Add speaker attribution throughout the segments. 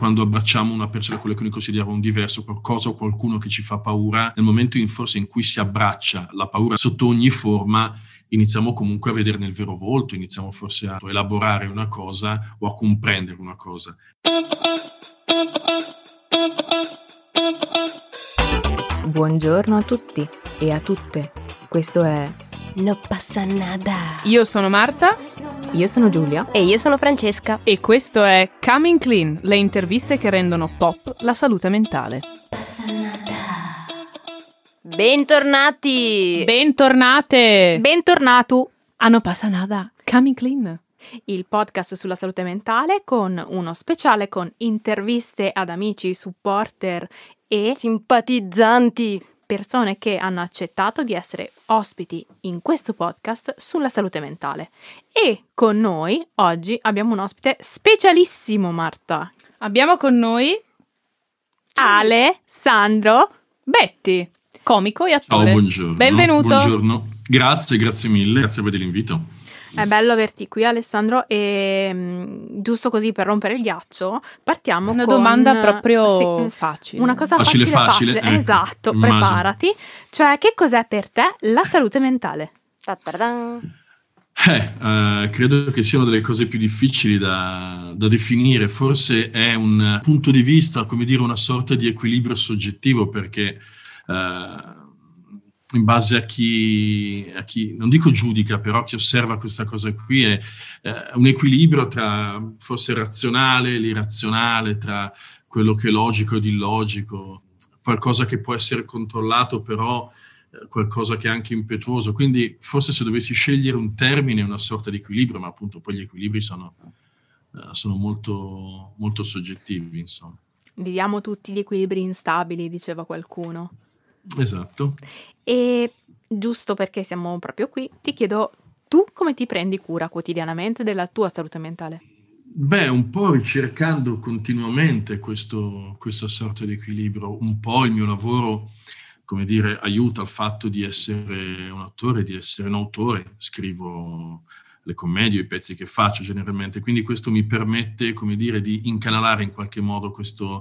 Speaker 1: quando abbracciamo una persona, quello che noi consideriamo un diverso, qualcosa o qualcuno che ci fa paura, nel momento forse in cui si abbraccia la paura sotto ogni forma, iniziamo comunque a vederne il vero volto, iniziamo forse a elaborare una cosa o a comprendere una cosa.
Speaker 2: Buongiorno a tutti e a tutte. Questo è
Speaker 3: No passa nada.
Speaker 4: Io sono Marta.
Speaker 2: Io sono Giulia.
Speaker 3: E io sono Francesca.
Speaker 4: E questo è Coming Clean, le interviste che rendono pop la salute mentale.
Speaker 3: Passa nada. Bentornati.
Speaker 4: Bentornate.
Speaker 2: Bentornato
Speaker 4: a No passa nada, Coming Clean.
Speaker 2: Il podcast sulla salute mentale con uno speciale con interviste ad amici, supporter e
Speaker 3: simpatizzanti,
Speaker 2: persone che hanno accettato di essere ospiti in questo podcast sulla salute mentale. E con noi oggi abbiamo un ospite specialissimo, Marta.
Speaker 4: Abbiamo con noi
Speaker 2: Alessandro Betti, comico e attore.
Speaker 1: Ciao, buongiorno.
Speaker 4: Benvenuto.
Speaker 1: Buongiorno. Grazie mille, grazie a voi dell'invito.
Speaker 2: È bello averti qui, Alessandro, e giusto così per rompere il ghiaccio partiamo
Speaker 4: una
Speaker 2: con
Speaker 4: domanda proprio facile.
Speaker 2: Una cosa facile.
Speaker 1: Ecco,
Speaker 2: esatto,
Speaker 1: immagino.
Speaker 2: Preparati. Cioè, che cos'è per te la salute mentale?
Speaker 1: Credo che siano delle cose più difficili da definire. Forse è un punto di vista, come dire, una sorta di equilibrio soggettivo, perché in base a chi, non dico giudica, però chi osserva questa cosa qui, è un equilibrio tra forse razionale e l'irrazionale, tra quello che è logico ed illogico, qualcosa che può essere controllato, però qualcosa che è anche impetuoso. Quindi forse se dovessi scegliere un termine è una sorta di equilibrio, ma appunto poi gli equilibri sono molto, molto soggettivi, insomma.
Speaker 2: Viviamo tutti gli equilibri instabili, diceva qualcuno.
Speaker 1: Esatto.
Speaker 2: E giusto perché siamo proprio qui, ti chiedo, tu come ti prendi cura quotidianamente della tua salute mentale?
Speaker 1: Un po' ricercando continuamente questa sorta di equilibrio. Un po' il mio lavoro, come dire, aiuta al fatto di essere un attore, di essere un autore. Scrivo le commedie, i pezzi che faccio generalmente, quindi questo mi permette, come dire, di incanalare in qualche modo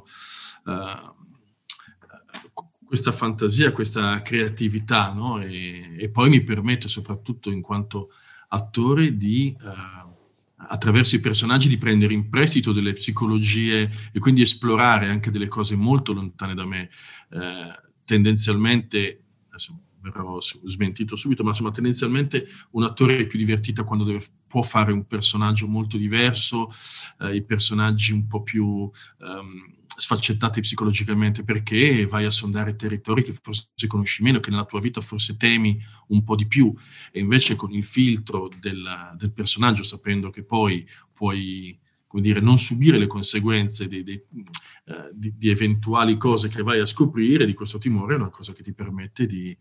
Speaker 1: questa fantasia, questa creatività, no? E poi mi permette, soprattutto in quanto attore, di attraverso i personaggi di prendere in prestito delle psicologie e quindi esplorare anche delle cose molto lontane da me. Tendenzialmente, adesso verrò smentito subito, ma insomma tendenzialmente un attore è più divertito quando può fare un personaggio molto diverso, i personaggi un po' più sfaccettati psicologicamente, perché vai a sondare territori che forse conosci meno, che nella tua vita forse temi un po' di più, e invece con il filtro del personaggio, sapendo che poi puoi, come dire, non subire le conseguenze di eventuali cose che vai a scoprire, di questo timore, è una cosa che ti permette di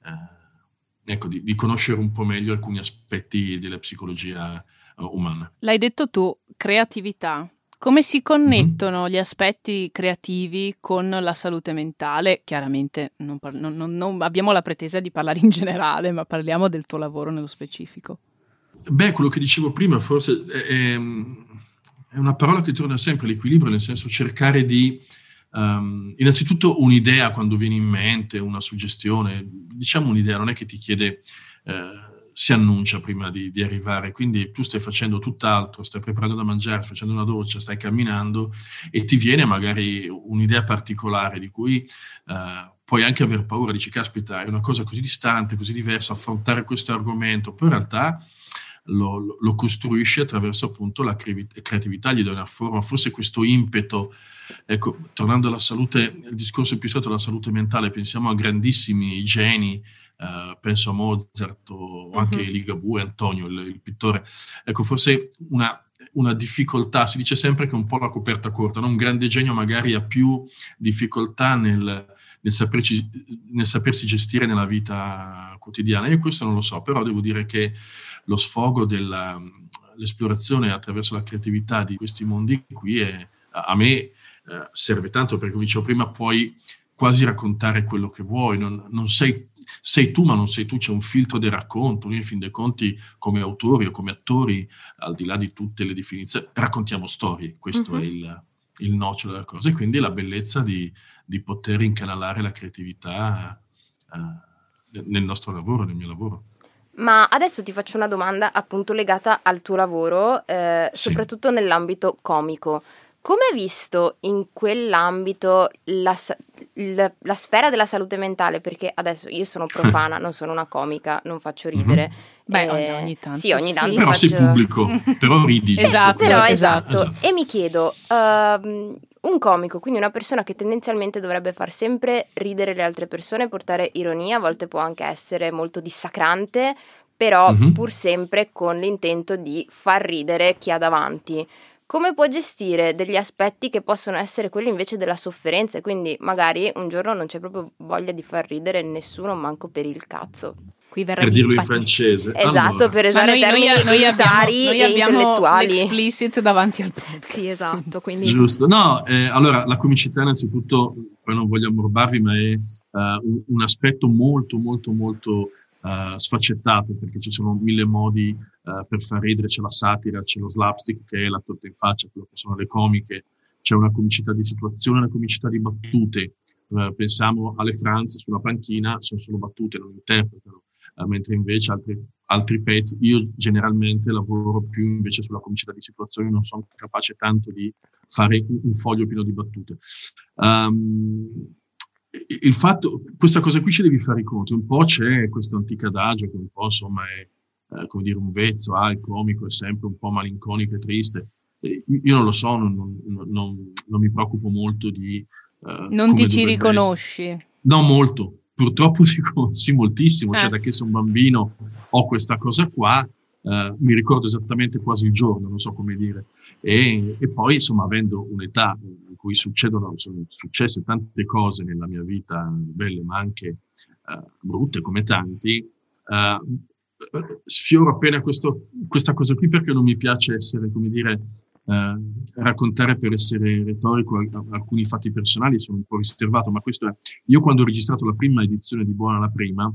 Speaker 1: conoscere un po' meglio alcuni aspetti della psicologia umana.
Speaker 4: L'hai detto tu, creatività. Come si connettono gli aspetti creativi con la salute mentale? Chiaramente non abbiamo la pretesa di parlare in generale, ma parliamo del tuo lavoro nello specifico.
Speaker 1: Quello che dicevo prima forse è una parola che torna sempre, l'equilibrio, nel senso cercare di innanzitutto un'idea quando viene in mente, una suggestione, diciamo un'idea, non è che ti chiede, si annuncia prima di arrivare, quindi tu stai facendo tutt'altro, stai preparando da mangiare, facendo una doccia, stai camminando e ti viene magari un'idea particolare di cui puoi anche aver paura, dici caspita, è una cosa così distante, così diversa, affrontare questo argomento, poi in realtà lo costruisci attraverso appunto la creatività, gli dai una forma, forse questo impeto. Ecco, tornando alla salute, il discorso più stretto della salute mentale, pensiamo a grandissimi geni, penso a Mozart o anche Ligabue, Antonio, il pittore. Ecco, forse una difficoltà, si dice sempre che è un po' la coperta corta, no? Un grande genio magari ha più difficoltà nel sapersi gestire nella vita quotidiana. Io questo non lo so, però devo dire che lo sfogo l'esplorazione attraverso la creatività di questi mondi qui a me serve tanto, perché come dicevo prima puoi quasi raccontare quello che vuoi, non sei tu, ma non sei tu, c'è un filtro del racconto. Noi in fin dei conti come autori o come attori, al di là di tutte le definizioni, raccontiamo storie, questo è il nocciolo della cosa, e quindi la bellezza di poter incanalare la creatività nel nostro lavoro, nel mio lavoro.
Speaker 3: Ma adesso ti faccio una domanda appunto legata al tuo lavoro,
Speaker 1: Sì.
Speaker 3: soprattutto nell'ambito comico. Come hai visto in quell'ambito la sfera della salute mentale? Perché adesso io sono profana, non sono una comica, non faccio ridere.
Speaker 4: Beh, ogni tanto.
Speaker 3: Sì, ogni tanto
Speaker 1: Però sei
Speaker 3: faccio...
Speaker 1: pubblico, però ridi, giusto?
Speaker 4: Esatto,
Speaker 3: Però
Speaker 4: esatto.
Speaker 3: esatto. E mi chiedo, un comico, quindi una persona che tendenzialmente dovrebbe far sempre ridere le altre persone, portare ironia, a volte può anche essere molto dissacrante, però pur sempre con l'intento di far ridere chi ha davanti. Come può gestire degli aspetti che possono essere quelli invece della sofferenza? E quindi magari un giorno non c'è proprio voglia di far ridere nessuno, manco per il cazzo.
Speaker 2: Qui
Speaker 1: Per
Speaker 2: verrebbe
Speaker 1: dirlo in
Speaker 2: impatissimo.
Speaker 1: francese.
Speaker 3: Esatto,
Speaker 1: Allora,
Speaker 3: per usare termini militari
Speaker 4: noi
Speaker 3: e
Speaker 4: abbiamo
Speaker 3: intellettuali.
Speaker 4: l'explicit davanti al podcast.
Speaker 2: Sì, esatto, quindi
Speaker 1: giusto. No, allora, la comicità innanzitutto, poi non vogliamo rubarvi, ma è un aspetto molto, molto, molto sfaccettato, perché ci sono mille modi per far ridere. C'è la satira, c'è lo slapstick, che è la torta in faccia, quello che sono le comiche, c'è una comicità di situazione, una comicità di battute. Pensiamo alle Franze sulla panchina, sono solo battute, non interpretano, mentre invece altri pezzi, io generalmente lavoro più invece sulla comicità di situazione, non sono capace tanto di fare un foglio pieno di battute. Il fatto, questa cosa qui ci devi fare i conti, un po' c'è questo antico adagio che un po' insomma è come dire un vezzo, il comico è sempre un po' malinconico e triste. Io non lo so, non mi preoccupo molto di
Speaker 4: non ti ci riconosci?
Speaker 1: No, molto. Purtroppo sì, moltissimo. Cioè, da che sono bambino ho questa cosa qua, mi ricordo esattamente quasi il giorno, non so come dire. E poi, insomma, avendo un'età in cui sono successe tante cose nella mia vita, belle ma anche brutte come tanti, sfioro appena questa cosa qui, perché non mi piace essere, come dire, raccontare per essere retorico. Alcuni fatti personali sono un po' riservato, ma questo è. Io quando ho registrato la prima edizione di Buona la prima,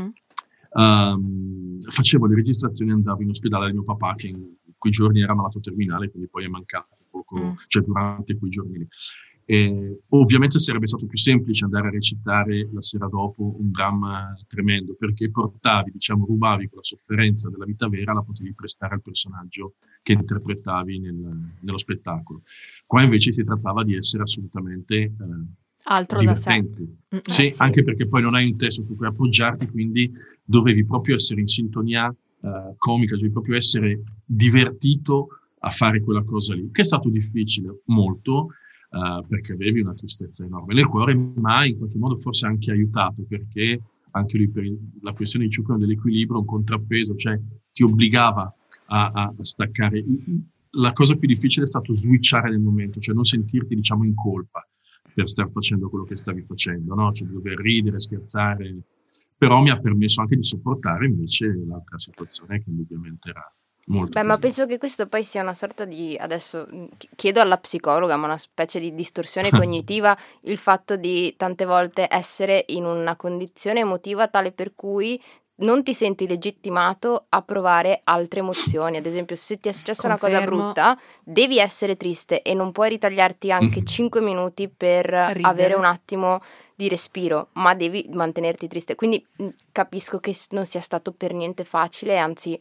Speaker 1: facevo le registrazioni e andavo in ospedale da mio papà, che in quei giorni era malato terminale, quindi poi è mancato poco, cioè durante quei giorni lì. Ovviamente sarebbe stato più semplice andare a recitare la sera dopo un dramma tremendo, perché rubavi quella sofferenza della vita vera, la potevi prestare al personaggio che interpretavi nello spettacolo. Qua invece si trattava di essere assolutamente
Speaker 2: altro
Speaker 1: divertenti.
Speaker 2: da sé.
Speaker 1: Sì,
Speaker 2: Sì.
Speaker 1: anche perché poi non hai un testo su cui appoggiarti, quindi dovevi proprio essere in sintonia comica, dovevi proprio essere divertito a fare quella cosa lì, che è stato difficile, molto, perché avevi una tristezza enorme nel cuore, ma in qualche modo forse anche aiutato, perché anche lui, per la questione di Ciucano dell'equilibrio, un contrappeso, cioè ti obbligava a staccare. La cosa più difficile è stato switchare nel momento, cioè non sentirti, diciamo, in colpa per star facendo quello che stavi facendo, no? Cioè dover ridere, scherzare, però mi ha permesso anche di sopportare invece l'altra situazione, che indubbiamente era molto
Speaker 3: Beh, ma
Speaker 1: pesante.
Speaker 3: penso che questo poi sia una sorta di, adesso chiedo alla psicologa, ma una specie di distorsione cognitiva, il fatto di tante volte essere in una condizione emotiva tale per cui non ti senti legittimato a provare altre emozioni. Ad esempio, se ti è successa una cosa
Speaker 2: Confermo.
Speaker 3: brutta, devi essere triste e non puoi ritagliarti anche 5 minuti per avere un attimo di respiro, ma devi mantenerti triste. Quindi capisco che non sia stato per niente facile, anzi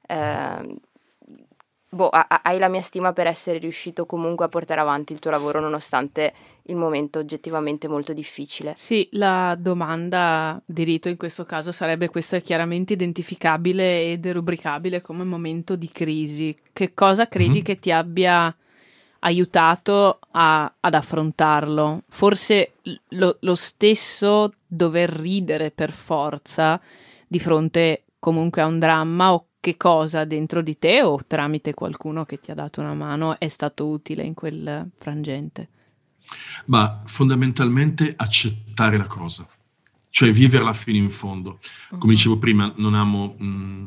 Speaker 3: hai la mia stima per essere riuscito comunque a portare avanti il tuo lavoro nonostante il momento oggettivamente molto difficile.
Speaker 4: Sì, la domanda di rito in questo caso sarebbe: questo è chiaramente identificabile ed rubricabile come momento di crisi. Che cosa credi che ti abbia aiutato ad affrontarlo? Forse lo stesso dover ridere per forza di fronte comunque a un dramma, o che cosa dentro di te o tramite qualcuno che ti ha dato una mano è stato utile in quel frangente?
Speaker 1: Ma fondamentalmente accettare la cosa, cioè viverla fino in fondo. Come dicevo prima, non amo,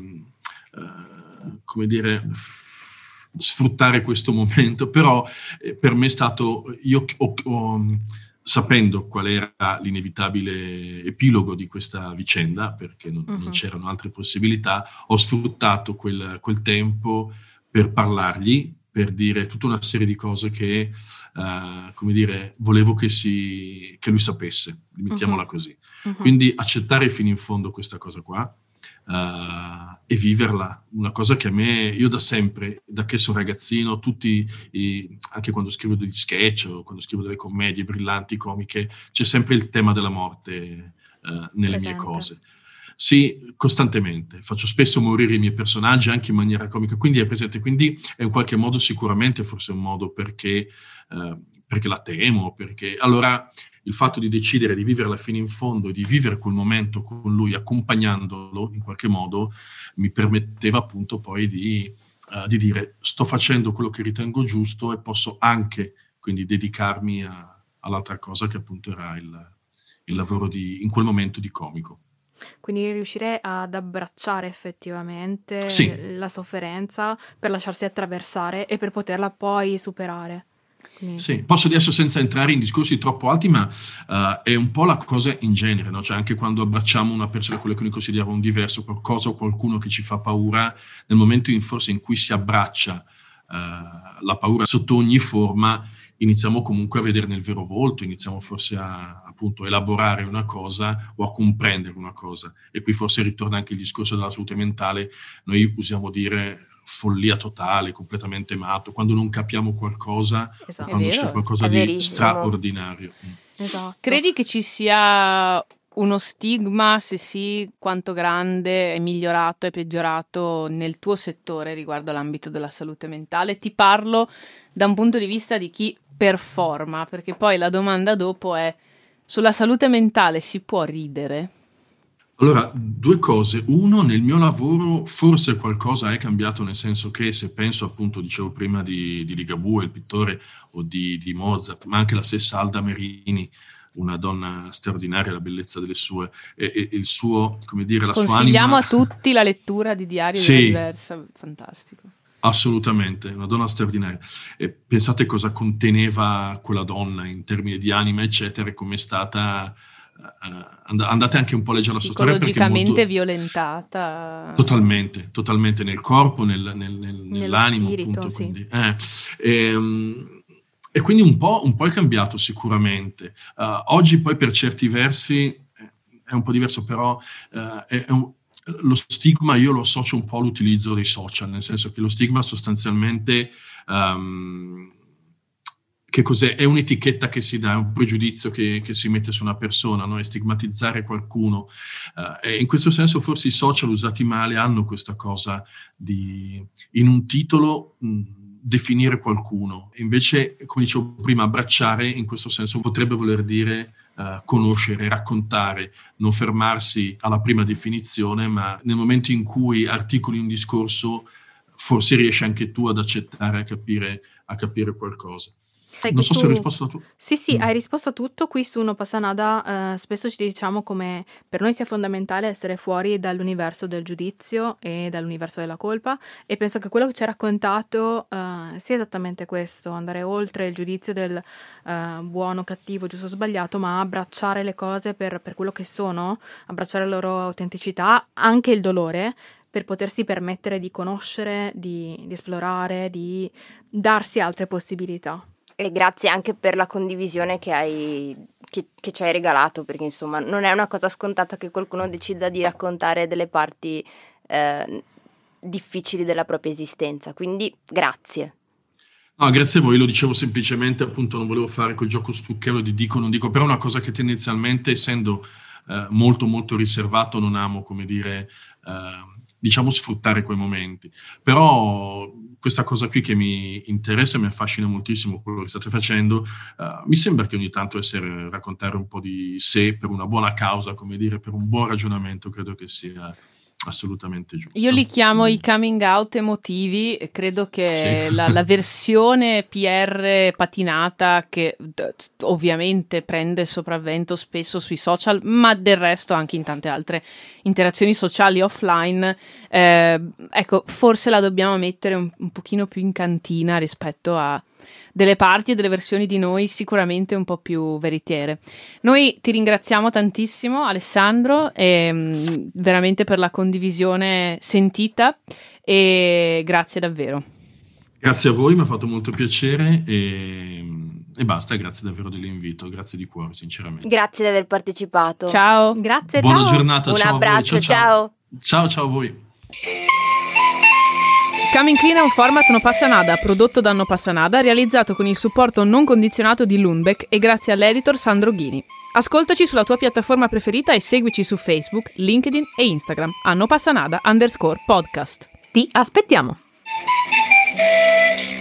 Speaker 1: come dire, sfruttare questo momento, però per me è stato, io sapendo qual era l'inevitabile epilogo di questa vicenda, perché non c'erano altre possibilità, ho sfruttato quel tempo per parlargli, per dire tutta una serie di cose che, come dire, volevo che lui sapesse, mettiamola così. Quindi accettare fino in fondo questa cosa qua e viverla, una cosa che a me, io da sempre, da che sono ragazzino, anche quando scrivo degli sketch o quando scrivo delle commedie brillanti, comiche, c'è sempre il tema della morte nelle mie cose. Sì, costantemente. Faccio spesso morire i miei personaggi anche in maniera comica, quindi è presente. Quindi è in qualche modo sicuramente forse un modo perché la temo, perché allora il fatto di decidere di viverla fino in fondo, di vivere quel momento con lui, accompagnandolo in qualche modo, mi permetteva appunto poi di dire sto facendo quello che ritengo giusto e posso anche quindi dedicarmi all'altra cosa che appunto era il lavoro in quel momento di comico.
Speaker 2: Quindi riuscire ad abbracciare effettivamente la sofferenza per lasciarsi attraversare e per poterla poi superare. Quindi...
Speaker 1: Sì, posso adesso senza entrare in discorsi troppo alti, ma è un po' la cosa in genere, no? Cioè anche quando abbracciamo una persona, quello che noi consideriamo un diverso, qualcosa o qualcuno che ci fa paura, nel momento in cui si abbraccia la paura sotto ogni forma, iniziamo comunque a vederne il vero volto, iniziamo forse a appunto elaborare una cosa o a comprendere una cosa. E qui forse ritorna anche il discorso della salute mentale, noi usiamo dire follia totale, completamente matto, quando non capiamo qualcosa, o quando c'è qualcosa di straordinario.
Speaker 2: Esatto.
Speaker 4: Credi che ci sia uno stigma, se sì, quanto grande, è migliorato, è peggiorato nel tuo settore riguardo all'ambito della salute mentale? Ti parlo da un punto di vista di chi performa, perché poi la domanda dopo è: sulla salute mentale si può ridere?
Speaker 1: Allora, due cose. Uno, nel mio lavoro forse qualcosa è cambiato, nel senso che se penso appunto, dicevo prima di Ligabue, il pittore, o di Mozart, ma anche la stessa Alda Merini, una donna straordinaria, la bellezza delle sue, e il suo, come dire, la sua anima...
Speaker 4: Consigliamo a tutti la lettura di Diario di una diversa, fantastico.
Speaker 1: Assolutamente, una donna straordinaria. E pensate cosa conteneva quella donna in termini di anima, eccetera, e come è stata... andate anche un po' a leggere la sua storia,
Speaker 4: psicologicamente
Speaker 1: molto...
Speaker 4: violentata,
Speaker 1: totalmente nel corpo, nell'animo,
Speaker 2: spirito,
Speaker 1: appunto,
Speaker 2: sì.
Speaker 1: Quindi, e quindi un po' è cambiato sicuramente. Oggi poi per certi versi è un po' diverso, però lo stigma io lo associo un po' all'utilizzo dei social, nel senso che lo stigma sostanzialmente che cos'è? È un'etichetta che si dà, è un pregiudizio che si mette su una persona, no? È stigmatizzare qualcuno. E in questo senso forse i social usati male hanno questa cosa di, in un titolo, definire qualcuno. E invece, come dicevo prima, abbracciare in questo senso potrebbe voler dire conoscere, raccontare, non fermarsi alla prima definizione, ma nel momento in cui articoli un discorso, forse riesci anche tu ad accettare, a capire qualcosa. Non so se ho risposto a tutto.
Speaker 2: Sì, hai risposto a tutto. Qui su No Passa Nada spesso ci diciamo come per noi sia fondamentale essere fuori dall'universo del giudizio e dall'universo della colpa, e penso che quello che ci hai raccontato sia esattamente questo: andare oltre il giudizio del buono, cattivo, giusto, sbagliato, ma abbracciare le cose per quello che sono, abbracciare la loro autenticità, anche il dolore, per potersi permettere di conoscere, di esplorare, di darsi altre possibilità.
Speaker 3: E grazie anche per la condivisione che ci hai regalato, perché insomma non è una cosa scontata che qualcuno decida di raccontare delle parti difficili della propria esistenza, quindi grazie.
Speaker 1: No, grazie a voi, lo dicevo semplicemente, appunto non volevo fare quel gioco stucchevole di dico non dico, però è una cosa che tendenzialmente, essendo molto molto riservato, non amo, come dire, diciamo sfruttare quei momenti. Però questa cosa qui che mi interessa e mi affascina moltissimo, quello che state facendo, mi sembra che ogni tanto raccontare un po' di sé per una buona causa, come dire, per un buon ragionamento, credo che sia assolutamente giusto.
Speaker 4: Io li chiamo i coming out emotivi, e credo che la versione PR patinata, che ovviamente prende sopravvento spesso sui social, ma del resto anche in tante altre interazioni sociali offline, ecco, forse la dobbiamo mettere un pochino più in cantina rispetto a delle parti e delle versioni di noi sicuramente un po' più veritiere. Noi ti ringraziamo tantissimo, Alessandro, veramente per la condivisione sentita, e grazie davvero.
Speaker 1: Grazie a voi, mi ha fatto molto piacere e basta, grazie davvero dell'invito, grazie di cuore, sinceramente.
Speaker 3: Grazie di aver partecipato.
Speaker 4: Ciao.
Speaker 2: Grazie,
Speaker 1: Buona
Speaker 2: ciao.
Speaker 1: giornata,
Speaker 3: Un
Speaker 1: ciao
Speaker 3: abbraccio,
Speaker 1: a voi.
Speaker 3: ciao.
Speaker 1: Ciao a voi.
Speaker 4: Coming Clean è un format No Passa Nada, prodotto da No Passa Nada, realizzato con il supporto non condizionato di Lundbeck e grazie all'editor Sandro Ghini. Ascoltaci sulla tua piattaforma preferita e seguici su Facebook, LinkedIn e Instagram a nopassanada_podcast.
Speaker 2: Ti aspettiamo.